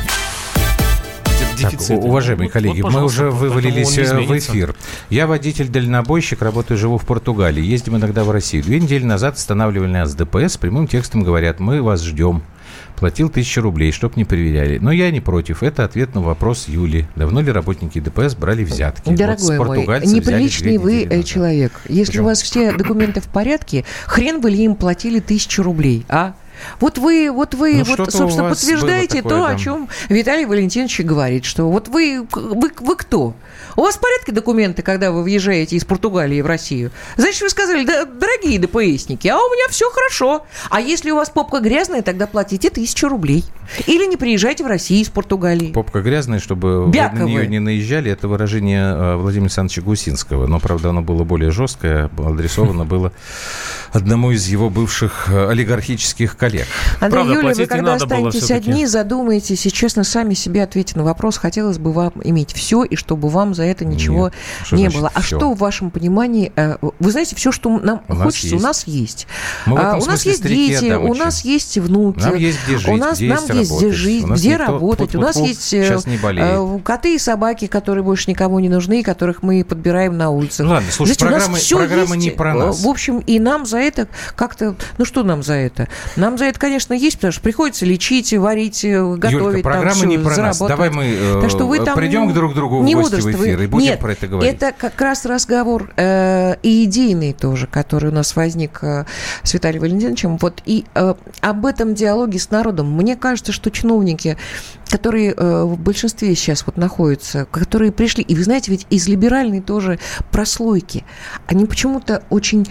Так, уважаемые коллеги, мы уже вывалились в эфир. Я водитель-дальнобойщик, работаю, живу в Португалии. Ездим иногда в Россию. 2 недели назад останавливали нас с ДПС. Прямым текстом говорят: мы вас ждем. Платил 1000 рублей, чтоб не проверяли. Но я не против. Это ответ на вопрос Юли. Давно ли работники ДПС брали взятки? Дорогой мой, неприличный вы человек. Если у вас все документы в порядке, хрен вы ли им платили 1000 рублей, а? Вот вы собственно, подтверждаете то, о чем Виталий Валентинович говорит, что вот вы кто? У вас в порядке документы, когда вы въезжаете из Португалии в Россию? Значит, вы сказали: да, дорогие DPS-ники, а у меня все хорошо. А если у вас попка грязная, тогда платите 1000 рублей. Или не приезжайте в Россию из Португалии. Попка грязная, чтобы вы на нее не наезжали, это выражение Владимира Александровича Гусинского. Но, правда, оно было более жесткое, адресовано было одному из его бывших олигархических коллег. Андрей Юлия, вы когда останетесь одни, задумаетесь и честно сами себе ответьте на вопрос: хотелось бы вам иметь все, и чтобы вам за это ничего не было. А что в вашем понимании? Вы знаете, все, что нам хочется, у нас есть. У нас есть дети, у нас есть внуки. Нам есть где жить, где работать. У нас есть коты и собаки, которые больше никому не нужны, которых мы подбираем на улицах. Ладно, слушай, программа не про нас. В общем, и нам за это как-то... Ну, что нам за это? Нам за это, конечно, есть, потому что приходится лечить, варить, готовить. Юлька, программа не про нас. Давай мы придем друг к другу в гости в эфир и будем про это говорить. Это как раз разговор и идейный тоже, который у нас возник с Виталием Валентиновичем. Вот и об этом диалоге с народом. Мне кажется, что чиновники, которые в большинстве сейчас вот находятся, которые пришли, и вы знаете, ведь из либеральной тоже прослойки, они почему-то очень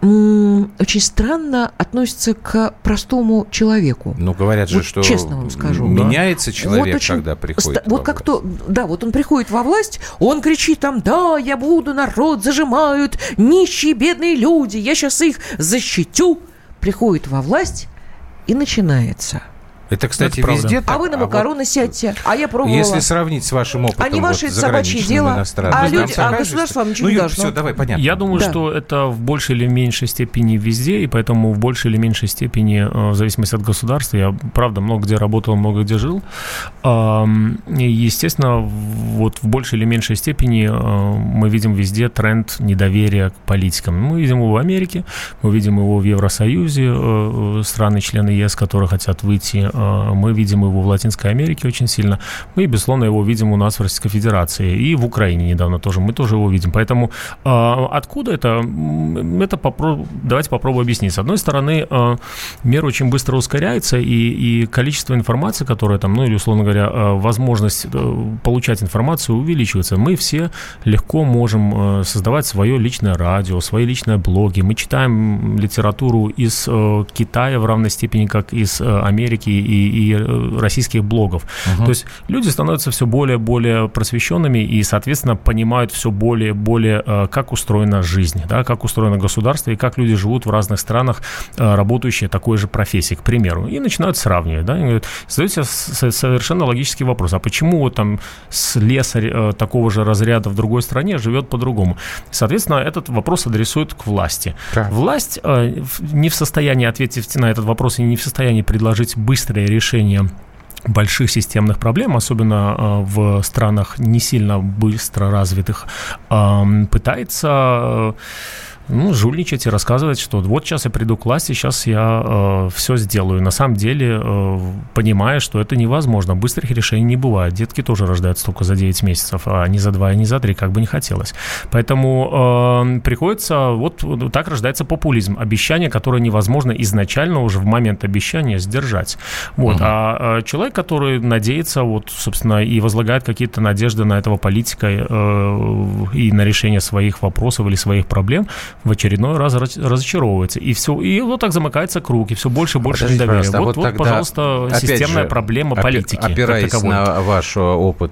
странно относятся к простому человеку. Ну, говорят же, вот что честно вам скажу, меняется человек, вот когда приходит вот как то, да, вот он приходит во власть, он кричит там: да, я буду, народ зажимают, нищие, бедные люди, я сейчас их защитю. Приходит во власть, и начинается. Это, кстати, везде так. А вы на макароны сядьте, а я пробовала. Если сравнить с вашим опытом, они ваши собачьи дела, а государство вам ничего не должно. Все, давай, понятно. Я думаю, что это в большей или меньшей степени везде, и поэтому в большей или меньшей степени, в зависимости от государства, я, правда, много где работал, много где жил. Естественно, вот в большей или меньшей степени мы видим везде тренд недоверия к политикам. Мы видим его в Америке, мы видим его в Евросоюзе, страны-члены ЕС, которые хотят выйти Мы видим его в Латинской Америке очень сильно. Мы, безусловно, его видим у нас в Российской Федерации. И в Украине недавно тоже. Мы тоже его видим. Поэтому откуда это? Давайте попробуем объяснить. С одной стороны, мир очень быстро ускоряется, и количество информации, которое там, или, условно говоря, возможность получать информацию увеличивается. Мы все легко можем создавать свое личное радио, свои личные блоги. Мы читаем литературу из Китая в равной степени, как из Америки и российских блогов. То есть люди становятся все более и более просвещенными и, соответственно, понимают все более и более, как устроена жизнь, да, как устроено государство и как люди живут в разных странах, работающие такой же профессии, к примеру. И начинают сравнивать. Да, и говорят, задают себе совершенно логический вопрос. А почему вот там слесарь такого же разряда в другой стране живет по-другому? Соответственно, этот вопрос адресуют к власти. Да. Власть не в состоянии ответить на этот вопрос и не в состоянии предложить быстрое решение больших системных проблем, особенно в странах не сильно быстро развитых, пытается жульничать и рассказывать, что вот сейчас я приду к власти, сейчас я все сделаю. На самом деле, понимая, что это невозможно. Быстрых решений не бывает. Детки тоже рождаются только за 9 месяцев, а не за 2 и не за 3, как бы не хотелось. Поэтому приходится, вот так рождается популизм. Обещание, которое невозможно изначально уже в момент обещания сдержать. Вот. А человек, который надеется, вот, собственно, и возлагает какие-то надежды на этого политика и на решение своих вопросов или своих проблем, в очередной раз разочаровывается. И все, и вот так замыкается круг, и все больше и больше недоверия. Вот, пожалуйста, системная проблема политики. Опираясь на ваш опыт,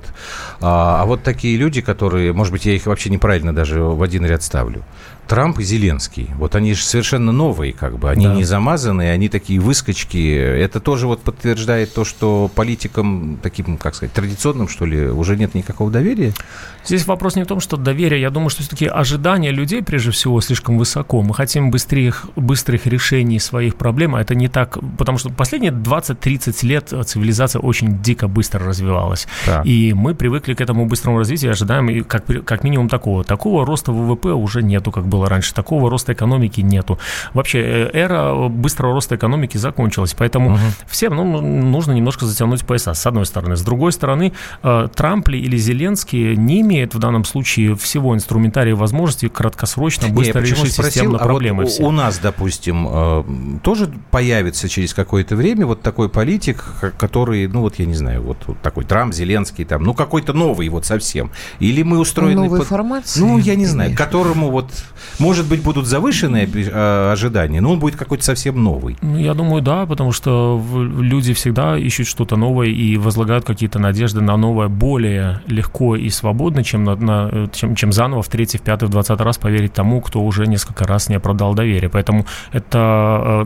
а вот такие люди, которые, может быть, я их вообще неправильно даже в один ряд ставлю, Трамп и Зеленский, вот они же совершенно новые, как бы, они не замазанные, они такие выскочки. Это тоже вот подтверждает то, что политикам таким, как сказать, традиционным, что ли, уже нет никакого доверия? Здесь вопрос не в том, что доверие. Я думаю, что все-таки ожидания людей, прежде всего, слишком высоко. Мы хотим быстрых решений своих проблем, а это не так, потому что последние 20-30 лет цивилизация очень дико быстро развивалась. Да. И мы привыкли к этому быстрому развитию, ожидаем как минимум такого. Такого роста ВВП уже нету, как было раньше. Такого роста экономики нету. Вообще, эра быстрого роста экономики закончилась. Поэтому всем нужно немножко затянуть пояса, с одной стороны. С другой стороны, Трамп или Зеленский не имеет в данном случае всего инструментария и возможностей краткосрочно быстро решить системные проблемы. Вот у нас, допустим, тоже появится через какое-то время вот такой политик, который, я не знаю, вот такой Трамп, Зеленский, там, какой-то новый вот совсем. Или мы устроены... Новой формации? Я не знаю, которому вот... Может быть, будут завышенные ожидания, но он будет какой-то совсем новый. Я думаю, да, потому что люди всегда ищут что-то новое и возлагают какие-то надежды на новое более легко и свободно, чем заново в 3-й, в 5-й, в 20-й раз поверить тому, кто уже несколько раз не оправдал доверие. Поэтому это,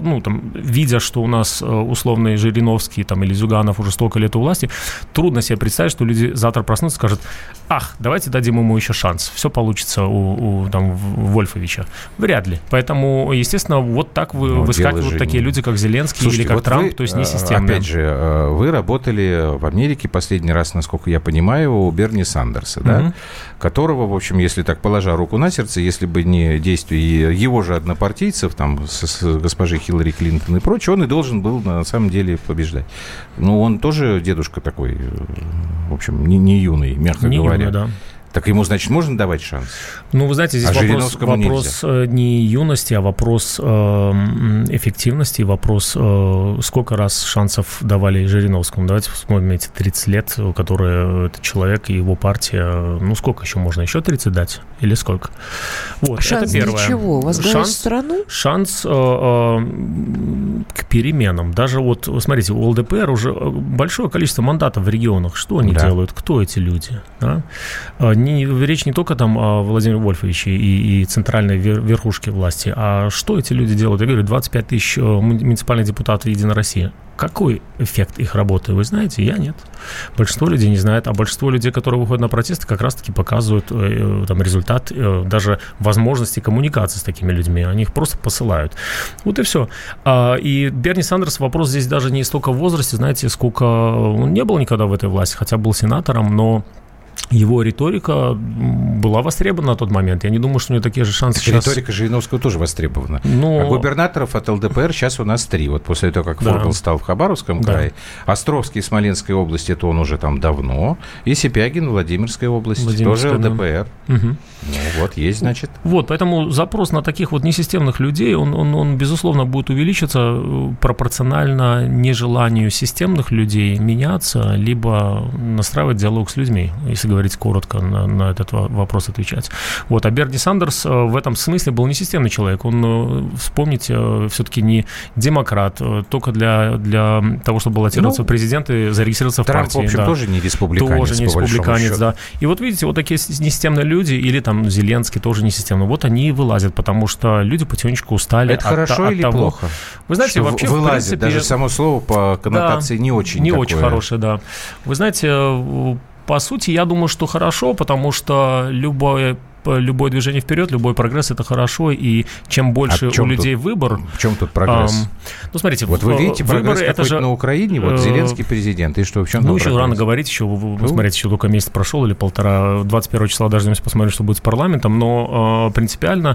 видя, что у нас условный Жириновский или Зюганов уже столько лет у власти, трудно себе представить, что люди завтра проснутся и скажут: давайте дадим ему еще шанс, все получится у Вольфовича. Вряд ли. Поэтому, естественно, вот так выскакивают такие люди, как Зеленский. Слушайте, или как Трамп, то есть не системные. Опять же, вы работали в Америке последний раз, насколько я понимаю, у Берни Сандерса, да? Которого, в общем, если так положа руку на сердце, если бы не действия его же однопартийцев, с госпожей Хиллари Клинтон и прочее, он и должен был на самом деле побеждать. Он тоже дедушка такой, в общем, не юный, мягко говоря. Юный, да. Так ему, значит, можно давать шанс? Вы знаете, здесь вопрос не юности, а вопрос эффективности, вопрос, сколько раз шансов давали Жириновскому. Давайте вспомним эти 30 лет, которые этот человек и его партия, сколько еще можно? Еще 30 дать? Или сколько? Вот, шанс это первое. Для чего? Возглавить страну? Шанс к переменам. Даже смотрите, у ЛДПР уже большое количество мандатов в регионах. Что они делают? Кто эти люди? Да? Речь не только о Владимире Вольфовиче и центральной верхушке власти, а что эти люди делают? Я говорю, 25 тысяч муниципальных депутатов «Единой России». Какой эффект их работы, вы знаете? Я нет. Большинство людей не знает, а большинство людей, которые выходят на протесты, как раз-таки показывают результат, даже возможности коммуникации с такими людьми. Они их просто посылают. Вот и все. И Берни Сандерс, вопрос здесь даже не столько в возрасте, знаете, сколько... Он не был никогда в этой власти, хотя был сенатором, но его риторика была востребована на тот момент. Я не думаю, что у него такие же шансы сейчас. Риторика Жириновского тоже востребована. А губернаторов от ЛДПР сейчас у нас 3. Вот после того, как Фургал стал в Хабаровском крае, Островский в Смоленской области, это он уже там давно, и Сипягин в Владимирской области, тоже ЛДПр. Ну, вот, есть, значит. Вот, поэтому запрос на таких вот несистемных людей, он безусловно, будет увеличиться пропорционально нежеланию системных людей меняться, либо настраивать диалог с людьми, если говорить коротко на этот вопрос отвечать. Вот. А Берни Сандерс в этом смысле был несистемный человек. Он, вспомните, все-таки не демократ, только для того, чтобы баллотироваться в президенты, зарегистрироваться в партии. Трамп, в общем, тоже не республиканец. Тоже не республиканец, да. И вот видите, вот такие несистемные люди, или там Зеленский тоже несистемный, вот они вылазят, потому что люди потихонечку устали от того. Это хорошо или плохо? Вы знаете, что вообще, вылазят, в принципе, даже само слово по коннотации не очень не такое. очень хорошее, да. Вы знаете, по сути, я думаю, что хорошо, потому что любое движение вперед, любой прогресс – это хорошо, и чем больше у людей выбор… В чем тут прогресс? Ну, смотрите, вот вы видите прогресс какой-то на Украине, вот Зеленский президент, и что, в чем еще рано говорить, еще, вы смотрите, еще только месяц прошел или полтора, 21 числа дождемся, посмотрим, что будет с парламентом, но принципиально,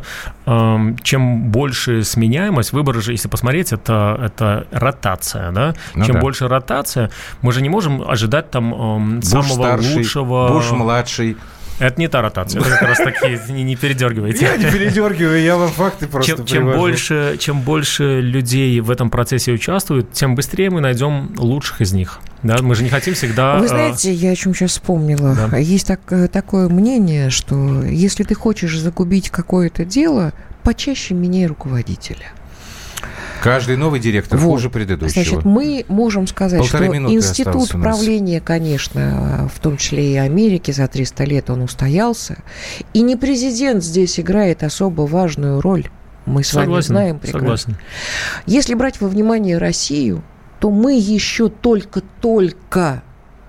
чем больше сменяемость, выборы же, если посмотреть, это ротация, да? Чем больше ротация, мы же не можем ожидать там самого лучшего… Буш-младший. Это не та ротация, это как раз таки не передергивайте. Я не передергиваю, я вам факты просто привожу. Чем больше людей в этом процессе участвуют, тем быстрее мы найдем лучших из них. Да, мы же не хотим всегда… Вы знаете, я о чем сейчас вспомнила. Да. Есть такое мнение, что если ты хочешь загубить какое-то дело, почаще меняй руководителя. Каждый новый директор хуже предыдущего. Значит, мы можем сказать, что институт правления, конечно, в том числе и Америки, за 300 лет он устоялся. И не президент здесь играет особо важную роль. Мы с вами знаем прекрасно. Согласен. Если брать во внимание Россию, то мы еще только-только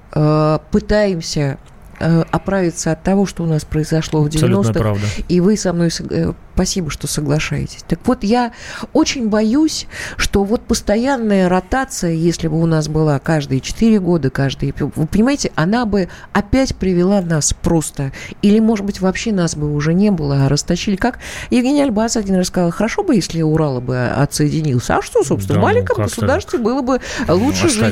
пытаемся оправиться от того, что у нас произошло в 90-х. И вы со мной, спасибо, что соглашаетесь. Так вот, я очень боюсь, что вот постоянная ротация, если бы у нас была каждые 4 года, вы понимаете, она бы опять привела нас просто, или, может быть, вообще нас бы уже не было, а растащили. Как Евгений Альбац один раз сказал, хорошо бы, если Урал бы отсоединился. А что, собственно, в маленьком государстве было бы лучше жить.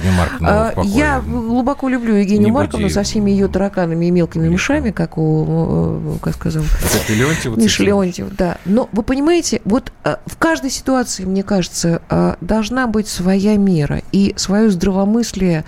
Я глубоко люблю Евгению Марковну со всеми ее тараканами и мелкими мышами, как сказал Миша Леонтьев, да. Но вы понимаете, вот в каждой ситуации, мне кажется, должна быть своя мера и свое здравомыслие.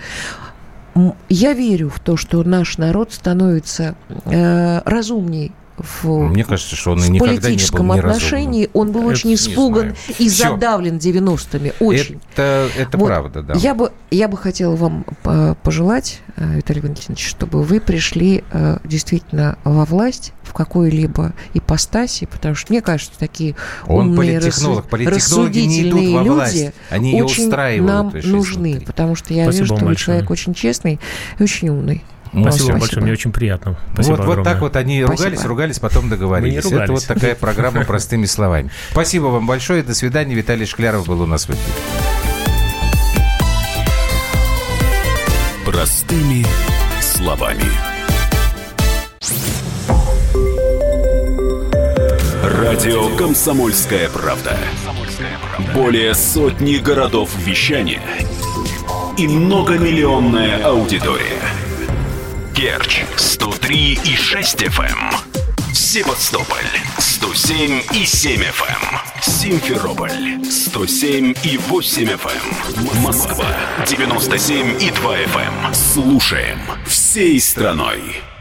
Я верю в то, что наш народ становится разумней. Мне кажется, что он и никогда не был неразумным. В политическом отношении он был очень испуган и задавлен 90-ми. Очень. Это вот, правда, да. Я бы хотела вам пожелать, Виталий Валентинович, чтобы вы пришли действительно во власть в какой-либо ипостаси, потому что мне кажется, что такие умные, рассудительные люди очень нам нужны, потому что я вижу, что вы человек очень честный и очень умный. Спасибо большое, мне очень приятно. Спасибо вот так вот они ругались, потом договорились. Это вот такая программа простыми словами. Спасибо вам большое, до свидания. Виталий Шкляров был у нас в эфире. Простыми словами. Радио «Комсомольская правда». Более сотни городов вещания и многомиллионная аудитория. Керчь 103,6 FM, Севастополь 107,7 FM, Симферополь 107,8 FM, Москва 97,2 FM. Слушаем всей страной.